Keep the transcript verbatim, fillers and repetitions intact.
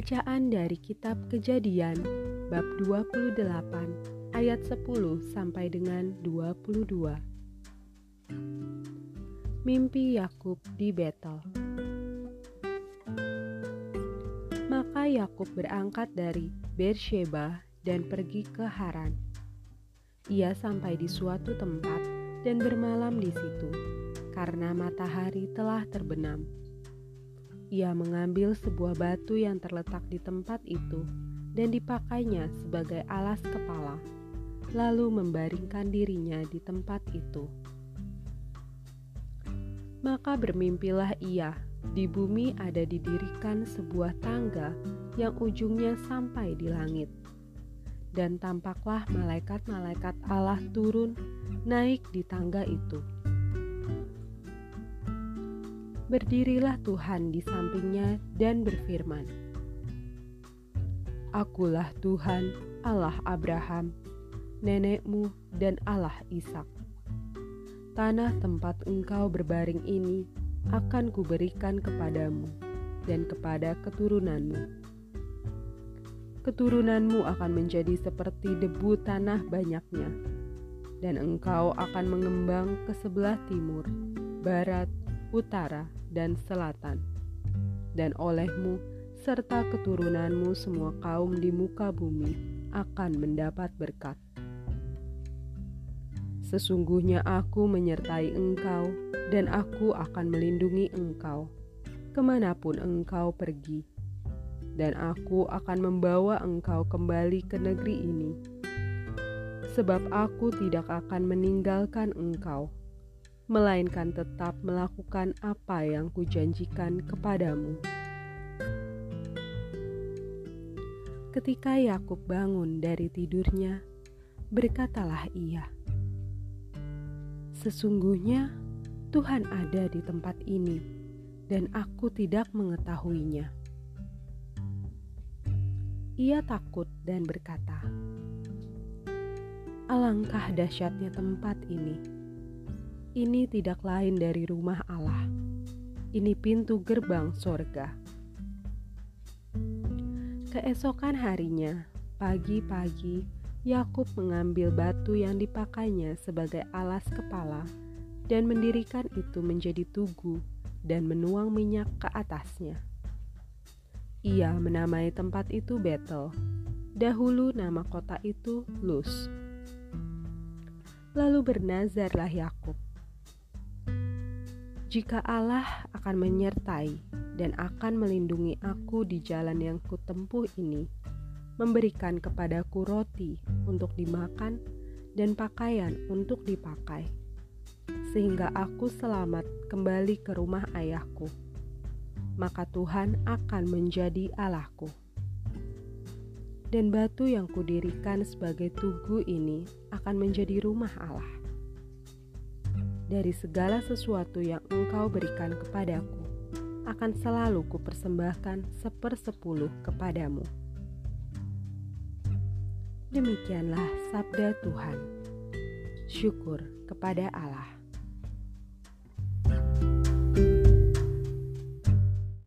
Bacaan dari kitab Kejadian bab dua puluh delapan ayat sepuluh sampai dengan dua puluh dua. Mimpi Yakub di Betel. Maka Yakub berangkat dari Beersheba dan pergi ke Haran. Ia sampai di suatu tempat dan bermalam di situ, karena matahari telah terbenam. Ia mengambil sebuah batu yang terletak di tempat itu dan dipakainya sebagai alas kepala, lalu membaringkan dirinya di tempat itu. Maka bermimpilah ia, di bumi ada didirikan sebuah tangga yang ujungnya sampai di langit. Dan tampaklah malaikat-malaikat Allah turun naik di tangga itu. Berdirilah Tuhan di sampingnya dan berfirman, "Akulah Tuhan, Allah Abraham, nenekmu dan Allah Ishak. Tanah tempat engkau berbaring ini akan kuberikan kepadamu dan kepada keturunanmu. Keturunanmu akan menjadi seperti debu tanah banyaknya, dan engkau akan mengembang ke sebelah timur, barat, utara, dan selatan. Dan olehmu serta keturunanmu semua kaum di muka bumi akan mendapat berkat. Sesungguhnya aku menyertai engkau, dan aku akan melindungi engkau kemanapun engkau pergi. Dan aku akan membawa engkau kembali ke negeri ini, sebab aku tidak akan meninggalkan engkau, melainkan tetap melakukan apa yang kujanjikan kepadamu." Ketika Yakub bangun dari tidurnya, berkatalah ia, "Sesungguhnya Tuhan ada di tempat ini, dan aku tidak mengetahuinya." Ia takut dan berkata, "Alangkah dahsyatnya tempat ini. Ini tidak lain dari rumah Allah. Ini pintu gerbang sorga." Keesokan harinya, pagi-pagi, Yakub mengambil batu yang dipakainya sebagai alas kepala dan mendirikan itu menjadi tugu dan menuang minyak ke atasnya. Ia menamai tempat itu Betel. Dahulu nama kota itu Luz. Lalu bernazarlah Yakub, "Jika Allah akan menyertai dan akan melindungi aku di jalan yang kutempuh ini, memberikan kepadaku roti untuk dimakan dan pakaian untuk dipakai, sehingga aku selamat kembali ke rumah ayahku, maka Tuhan akan menjadi Allahku. Dan batu yang kudirikan sebagai tugu ini akan menjadi rumah Allah. Dari segala sesuatu yang engkau berikan kepadaku, akan selalu kupersembahkan sepersepuluh kepadamu." Demikianlah sabda Tuhan. Syukur kepada Allah.